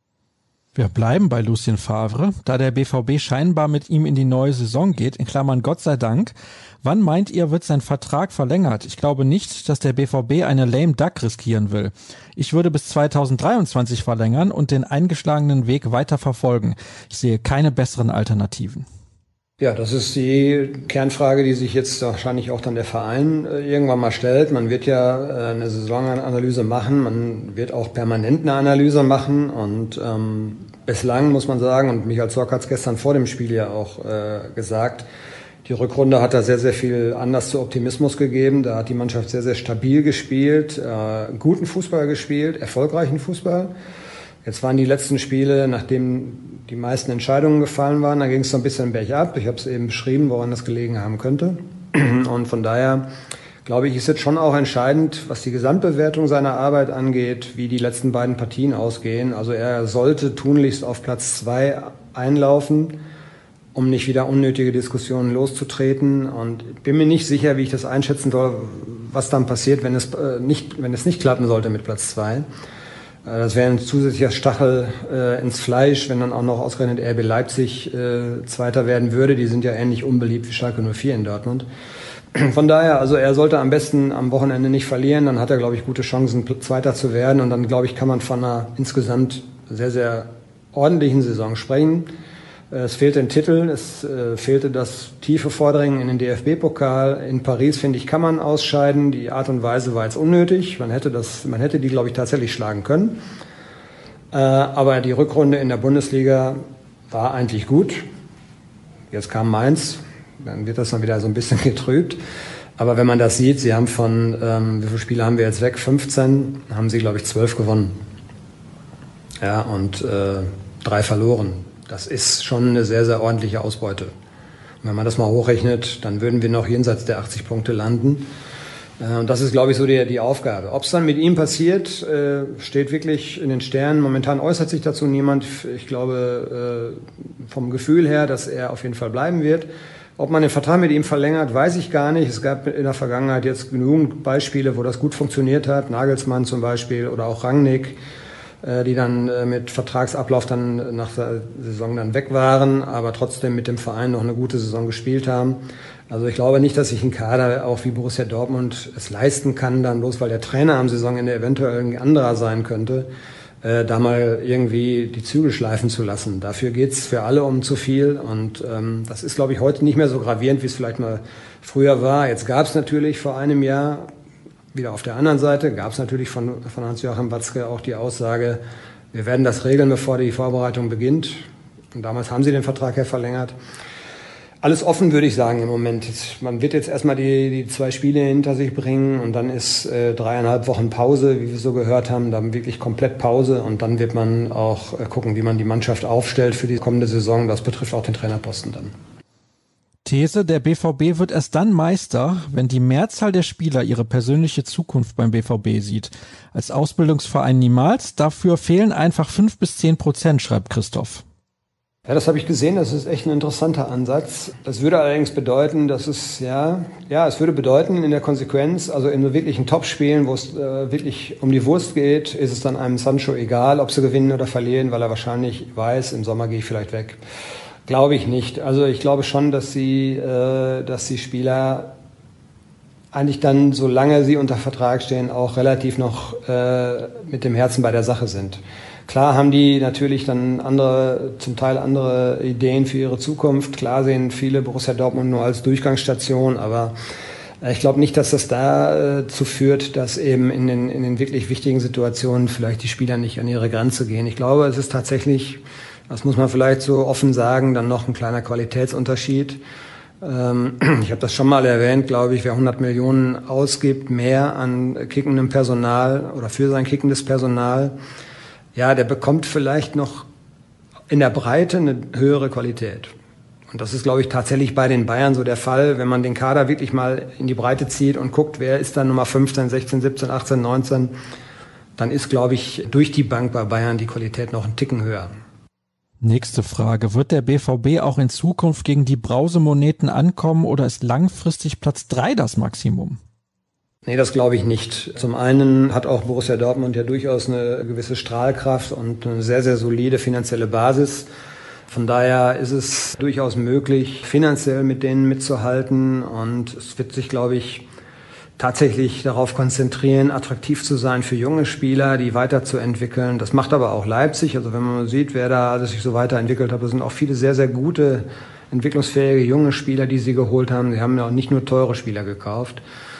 Wir bleiben bei Lucien Favre, da der B V B scheinbar mit ihm in die neue Saison geht, in Klammern Gott sei Dank. Wann meint ihr, wird sein Vertrag verlängert? Ich glaube nicht, dass der B V B eine lame duck riskieren will. Ich würde bis zweitausenddreiundzwanzig verlängern und den eingeschlagenen Weg weiter verfolgen. Ich sehe keine besseren Alternativen. Ja, das ist die Kernfrage, die sich jetzt wahrscheinlich auch dann der Verein äh, irgendwann mal stellt. Man wird ja äh, eine Saisonanalyse machen, man wird auch permanent eine Analyse machen und ähm, bislang muss man sagen, und Michael Zorc hat es gestern vor dem Spiel ja auch äh, gesagt, die Rückrunde hat da sehr, sehr viel Anlass zu Optimismus gegeben. Da hat die Mannschaft sehr, sehr stabil gespielt, äh, guten Fußball gespielt, erfolgreichen Fußball. Jetzt waren die letzten Spiele, nachdem die meisten Entscheidungen gefallen waren, da ging es so ein bisschen bergab. Ich habe es eben beschrieben, woran das gelegen haben könnte. Und von daher, glaube ich, ist jetzt schon auch entscheidend, was die Gesamtbewertung seiner Arbeit angeht, wie die letzten beiden Partien ausgehen. Also er sollte tunlichst auf Platz zwei einlaufen, um nicht wieder unnötige Diskussionen loszutreten. Und ich bin mir nicht sicher, wie ich das einschätzen soll, was dann passiert, wenn es äh, nicht, wenn es nicht klappen sollte mit Platz zwei. Das wäre ein zusätzlicher Stachel äh, ins Fleisch, wenn dann auch noch ausgerechnet R B Leipzig äh, Zweiter werden würde. Die sind ja ähnlich unbeliebt wie Schalke null vier in Dortmund. Von daher, also er sollte am besten am Wochenende nicht verlieren. Dann hat er, glaube ich, gute Chancen, Zweiter zu werden. Und dann, glaube ich, kann man von einer insgesamt sehr, sehr ordentlichen Saison sprechen. Es fehlte ein Titel, es äh, fehlte das tiefe Vordringen in den D F B-Pokal. In Paris, finde ich, kann man ausscheiden. Die Art und Weise war jetzt unnötig. Man hätte, das, man hätte die, glaube ich, tatsächlich schlagen können. Äh, aber die Rückrunde in der Bundesliga war eigentlich gut. Jetzt kam Mainz, dann wird das dann wieder so ein bisschen getrübt. Aber wenn man das sieht, sie haben von, ähm, wie viele Spiele haben wir jetzt weg? fünfzehn, haben sie, glaube ich, zwölf gewonnen. Ja, und äh, drei verloren. Das ist schon eine sehr, sehr ordentliche Ausbeute. Und wenn man das mal hochrechnet, dann würden wir noch jenseits der achtzig Punkte landen. Und das ist, glaube ich, so die, die Aufgabe. Ob es dann mit ihm passiert, steht wirklich in den Sternen. Momentan äußert sich dazu niemand. Ich glaube vom Gefühl her, dass er auf jeden Fall bleiben wird. Ob man den Vertrag mit ihm verlängert, weiß ich gar nicht. Es gab in der Vergangenheit jetzt genügend Beispiele, wo das gut funktioniert hat. Nagelsmann zum Beispiel oder auch Rangnick, die dann mit Vertragsablauf dann nach der Saison dann weg waren, aber trotzdem mit dem Verein noch eine gute Saison gespielt haben. Also ich glaube nicht, dass sich ein Kader auch wie Borussia Dortmund es leisten kann, dann bloß weil der Trainer am Saisonende eventuell ein anderer sein könnte, äh, da mal irgendwie die Zügel schleifen zu lassen. Dafür geht's für alle um zu viel und ähm, das ist, glaube ich, heute nicht mehr so gravierend, wie es vielleicht mal früher war. Jetzt gab es natürlich vor einem Jahr, wieder auf der anderen Seite, gab es natürlich von, von Hans-Joachim Watzke auch die Aussage, wir werden das regeln, bevor die Vorbereitung beginnt. Und damals haben sie den Vertrag ja verlängert. Alles offen, würde ich sagen, im Moment. Man wird jetzt erstmal die, die zwei Spiele hinter sich bringen und dann ist äh, dreieinhalb Wochen Pause, wie wir so gehört haben, dann wirklich komplett Pause und dann wird man auch äh, gucken, wie man die Mannschaft aufstellt für die kommende Saison. Das betrifft auch den Trainerposten dann. These, der B V B wird erst dann Meister, wenn die Mehrzahl der Spieler ihre persönliche Zukunft beim B V B sieht. Als Ausbildungsverein niemals, dafür fehlen einfach fünf bis zehn Prozent, schreibt Christoph. Ja, das habe ich gesehen, das ist echt ein interessanter Ansatz. Das würde allerdings bedeuten, dass es, ja, ja, es würde bedeuten in der Konsequenz, also in so wirklichen Topspielen, wo es äh, wirklich um die Wurst geht, ist es dann einem Sancho egal, ob sie gewinnen oder verlieren, weil er wahrscheinlich weiß, im Sommer gehe ich vielleicht weg. Glaube ich nicht. Also ich glaube schon, dass sie, äh, dass die Spieler eigentlich dann, solange sie unter Vertrag stehen, auch relativ noch äh, mit dem Herzen bei der Sache sind. Klar haben die natürlich dann andere, zum Teil andere Ideen für ihre Zukunft. Klar sehen viele Borussia Dortmund nur als Durchgangsstation, aber ich glaube nicht, dass das dazu führt, dass eben in den, in den wirklich wichtigen Situationen vielleicht die Spieler nicht an ihre Grenze gehen. Ich glaube, es ist tatsächlich, das muss man vielleicht so offen sagen, dann noch ein kleiner Qualitätsunterschied. Ich habe das schon mal erwähnt, glaube ich, wer hundert Millionen ausgibt, mehr an kickendem Personal oder für sein kickendes Personal, ja, der bekommt vielleicht noch in der Breite eine höhere Qualität. Und das ist, glaube ich, tatsächlich bei den Bayern so der Fall, wenn man den Kader wirklich mal in die Breite zieht und guckt, wer ist dann Nummer fünfzehn, sechzehn, siebzehn, achtzehn, neunzehn, dann ist, glaube ich, durch die Bank bei Bayern die Qualität noch einen Ticken höher. Nächste Frage. Wird der B V B auch in Zukunft gegen die Brausemoneten ankommen oder ist langfristig Platz drei das Maximum? Nee, das glaube ich nicht. Zum einen hat auch Borussia Dortmund ja durchaus eine gewisse Strahlkraft und eine sehr, sehr solide finanzielle Basis. Von daher ist es durchaus möglich, finanziell mit denen mitzuhalten und es wird sich, glaube ich, tatsächlich darauf konzentrieren, attraktiv zu sein für junge Spieler, die weiterzuentwickeln. Das macht aber auch Leipzig. Also wenn man sieht, wer da sich so weiterentwickelt hat, das sind auch viele sehr, sehr gute, entwicklungsfähige junge Spieler, die sie geholt haben. Sie haben ja auch nicht nur teure Spieler gekauft.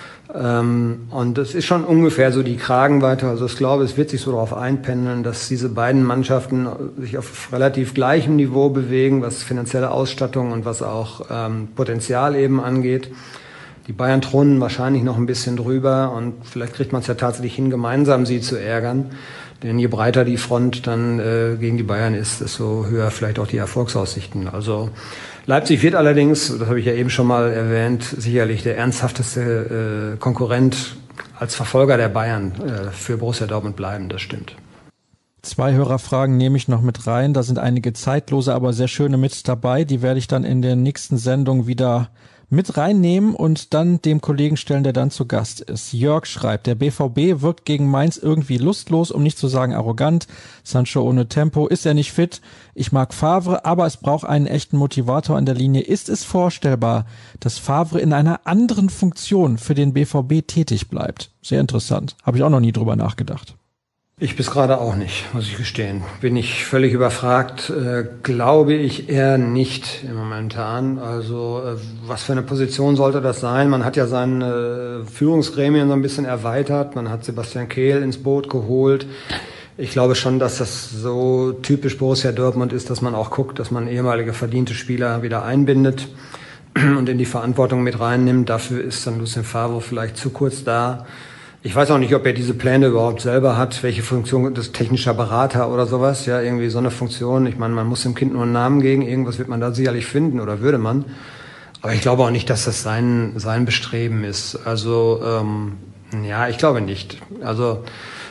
Und es ist schon ungefähr so die Kragenweite. Also ich glaube, es wird sich so darauf einpendeln, dass diese beiden Mannschaften sich auf relativ gleichem Niveau bewegen, was finanzielle Ausstattung und was auch ähm, Potenzial eben angeht. Die Bayern thronen wahrscheinlich noch ein bisschen drüber und vielleicht kriegt man es ja tatsächlich hin, gemeinsam sie zu ärgern. Denn je breiter die Front dann äh, gegen die Bayern ist, desto höher vielleicht auch die Erfolgsaussichten. Also Leipzig wird allerdings, das habe ich ja eben schon mal erwähnt, sicherlich der ernsthafte äh, Konkurrent als Verfolger der Bayern äh, für Borussia Dortmund bleiben, das stimmt. Zwei Hörerfragen nehme ich noch mit rein. Da sind einige zeitlose, aber sehr schöne mit dabei. Die werde ich dann in der nächsten Sendung wieder mit reinnehmen und dann dem Kollegen stellen, der dann zu Gast ist. Jörg schreibt, der B V B wirkt gegen Mainz irgendwie lustlos, um nicht zu sagen arrogant. Sancho ohne Tempo, ist er nicht fit? Ich mag Favre, aber es braucht einen echten Motivator an der Linie. Ist es vorstellbar, dass Favre in einer anderen Funktion für den B V B tätig bleibt? Sehr interessant. Habe ich auch noch nie drüber nachgedacht. Ich bis gerade auch nicht, muss ich gestehen. Bin ich völlig überfragt. Äh, glaube ich eher nicht im Momentan. Also äh, was für eine Position sollte das sein? Man hat ja seine äh, Führungsgremien so ein bisschen erweitert. Man hat Sebastian Kehl ins Boot geholt. Ich glaube schon, dass das so typisch Borussia Dortmund ist, dass man auch guckt, dass man ehemalige verdiente Spieler wieder einbindet und in die Verantwortung mit reinnimmt. Dafür ist dann Lucien Favre vielleicht zu kurz da. Ich weiß auch nicht, ob er diese Pläne überhaupt selber hat, welche Funktion, das technischer Berater oder sowas, ja, irgendwie so eine Funktion. Ich meine, man muss dem Kind nur einen Namen geben, irgendwas wird man da sicherlich finden oder würde man. Aber ich glaube auch nicht, dass das sein, sein Bestreben ist. Also, ähm, ja, ich glaube nicht. Also,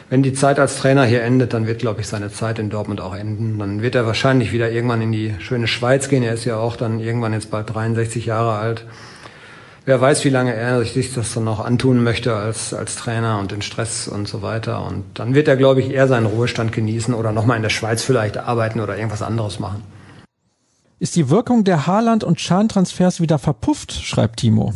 wenn die Zeit als Trainer hier endet, dann wird, glaube ich, seine Zeit in Dortmund auch enden. Dann wird er wahrscheinlich wieder irgendwann in die schöne Schweiz gehen. Er ist ja auch dann irgendwann jetzt bald dreiundsechzig Jahre alt. Wer weiß, wie lange er sich das dann noch antun möchte als, als Trainer und den Stress und so weiter. Und dann wird er, glaube ich, eher seinen Ruhestand genießen oder nochmal in der Schweiz vielleicht arbeiten oder irgendwas anderes machen. Ist die Wirkung der Haaland- und Can-Transfers wieder verpufft, schreibt Timo.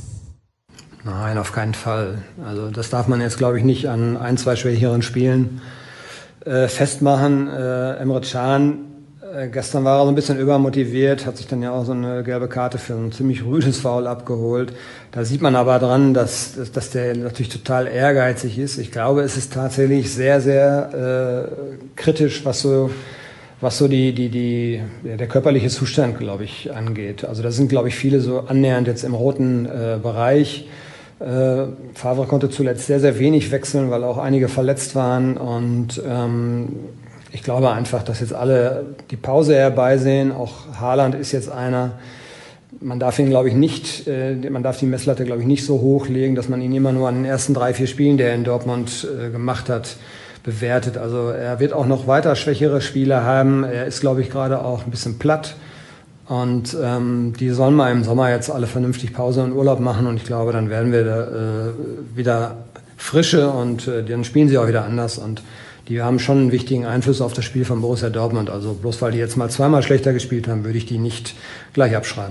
Nein, auf keinen Fall. Also das darf man jetzt, glaube ich, nicht an ein, zwei schwächeren Spielen äh, festmachen. Äh, Emre Can, äh, gestern war er so ein bisschen übermotiviert, hat sich dann ja auch so eine gelbe Karte für ein ziemlich rüdes Foul abgeholt. Da sieht man aber dran, dass, dass der natürlich total ehrgeizig ist. Ich glaube, es ist tatsächlich sehr, sehr äh, kritisch, was so was so die, die, die, der körperliche Zustand, glaube ich, angeht. Also da sind, glaube ich, viele so annähernd jetzt im roten äh, Bereich. Äh, Favre konnte zuletzt sehr, sehr wenig wechseln, weil auch einige verletzt waren. Und ähm, ich glaube einfach, dass jetzt alle die Pause herbeisehen. Auch Haaland ist jetzt einer. Man darf ihn, glaube ich, nicht, äh, man darf die Messlatte, glaube ich, nicht so hochlegen, dass man ihn immer nur an den ersten drei, vier Spielen, die er in Dortmund äh, gemacht hat, bewertet. Also er wird auch noch weiter schwächere Spiele haben. Er ist, glaube ich, gerade auch ein bisschen platt. Und ähm, die sollen mal im Sommer jetzt alle vernünftig Pause und Urlaub machen. Und ich glaube, dann werden wir äh, wieder frische und äh, dann spielen sie auch wieder anders. Und die haben schon einen wichtigen Einfluss auf das Spiel von Borussia Dortmund. Also bloß weil die jetzt mal zweimal schlechter gespielt haben, würde ich die nicht gleich abschreiben.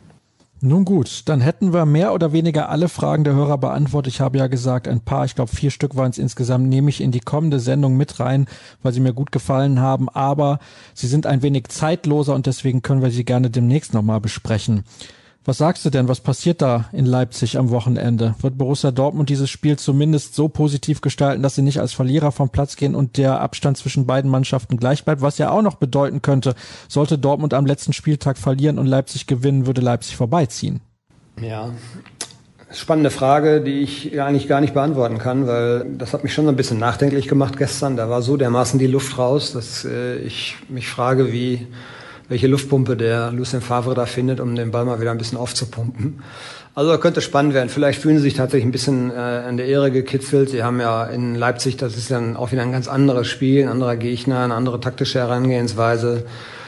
Nun gut, dann hätten wir mehr oder weniger alle Fragen der Hörer beantwortet. Ich habe ja gesagt, ein paar, ich glaube vier Stück waren es insgesamt, nehme ich in die kommende Sendung mit rein, weil sie mir gut gefallen haben. Aber sie sind ein wenig zeitloser und deswegen können wir sie gerne demnächst nochmal besprechen. Was sagst du denn, was passiert da in Leipzig am Wochenende? Wird Borussia Dortmund dieses Spiel zumindest so positiv gestalten, dass sie nicht als Verlierer vom Platz gehen und der Abstand zwischen beiden Mannschaften gleich bleibt? Was ja auch noch bedeuten könnte, sollte Dortmund am letzten Spieltag verlieren und Leipzig gewinnen, würde Leipzig vorbeiziehen. Ja, spannende Frage, die ich eigentlich gar nicht beantworten kann, weil das hat mich schon so ein bisschen nachdenklich gemacht gestern. Da war so dermaßen die Luft raus, dass äh, ich mich frage, wie... welche Luftpumpe der Lucien Favre da findet, um den Ball mal wieder ein bisschen aufzupumpen. Also könnte spannend werden. Vielleicht fühlen sie sich tatsächlich ein bisschen äh, an der Ehre gekitzelt. Sie haben ja in Leipzig, das ist dann auch wieder ein ganz anderes Spiel, ein anderer Gegner, eine andere taktische Herangehensweise.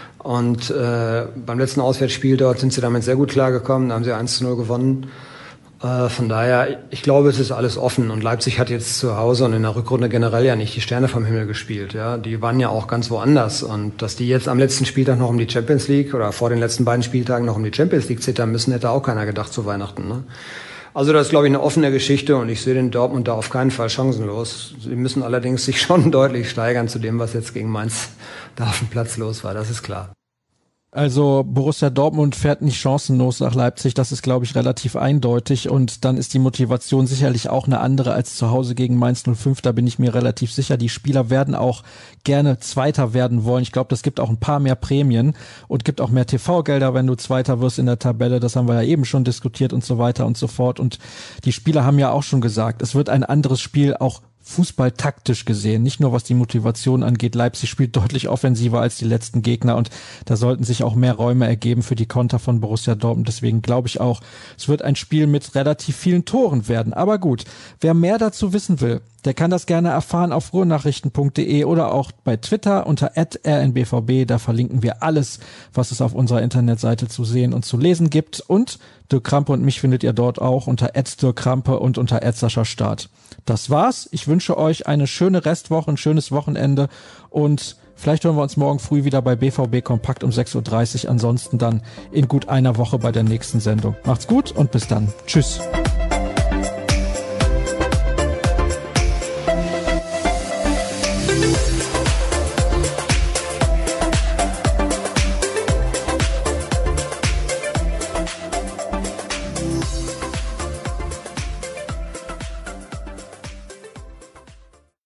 Und äh, beim letzten Auswärtsspiel dort sind sie damit sehr gut klargekommen. Da haben sie eins zu null gewonnen. Äh, von daher, ich glaube, es ist alles offen. Und Leipzig hat jetzt zu Hause und in der Rückrunde generell ja nicht die Sterne vom Himmel gespielt. Ja, die waren ja auch ganz woanders. Und dass die jetzt am letzten Spieltag noch um die Champions League oder vor den letzten beiden Spieltagen noch um die Champions League zittern müssen, hätte auch keiner gedacht zu Weihnachten. Ne? Also das ist, glaube ich, eine offene Geschichte und ich sehe den Dortmund da auf keinen Fall chancenlos. Sie müssen allerdings sich schon deutlich steigern zu dem, was jetzt gegen Mainz da auf dem Platz los war. Das ist klar. Also Borussia Dortmund fährt nicht chancenlos nach Leipzig, das ist, glaube ich, relativ eindeutig und dann ist die Motivation sicherlich auch eine andere als zu Hause gegen Mainz null fünf, da bin ich mir relativ sicher. Die Spieler werden auch gerne Zweiter werden wollen. Ich glaube, das gibt auch ein paar mehr Prämien und gibt auch mehr T V-Gelder, wenn du Zweiter wirst in der Tabelle, das haben wir ja eben schon diskutiert und so weiter und so fort und die Spieler haben ja auch schon gesagt, es wird ein anderes Spiel auch Fußball taktisch gesehen, nicht nur was die Motivation angeht. Leipzig spielt deutlich offensiver als die letzten Gegner und da sollten sich auch mehr Räume ergeben für die Konter von Borussia Dortmund. Deswegen glaube ich auch, es wird ein Spiel mit relativ vielen Toren werden. Aber gut, wer mehr dazu wissen will, der kann das gerne erfahren auf ruhrnachrichten punkt de oder auch bei Twitter unter at r n b v b. Da verlinken wir alles, was es auf unserer Internetseite zu sehen und zu lesen gibt. Und Dirk Krampe und mich findet ihr dort auch unter at dirk krampe und unter at sascha start. Das war's. Ich wünsche euch eine schöne Restwoche, ein schönes Wochenende und vielleicht hören wir uns morgen früh wieder bei B V B Kompakt um sechs Uhr dreißig. Ansonsten dann in gut einer Woche bei der nächsten Sendung. Macht's gut und bis dann. Tschüss.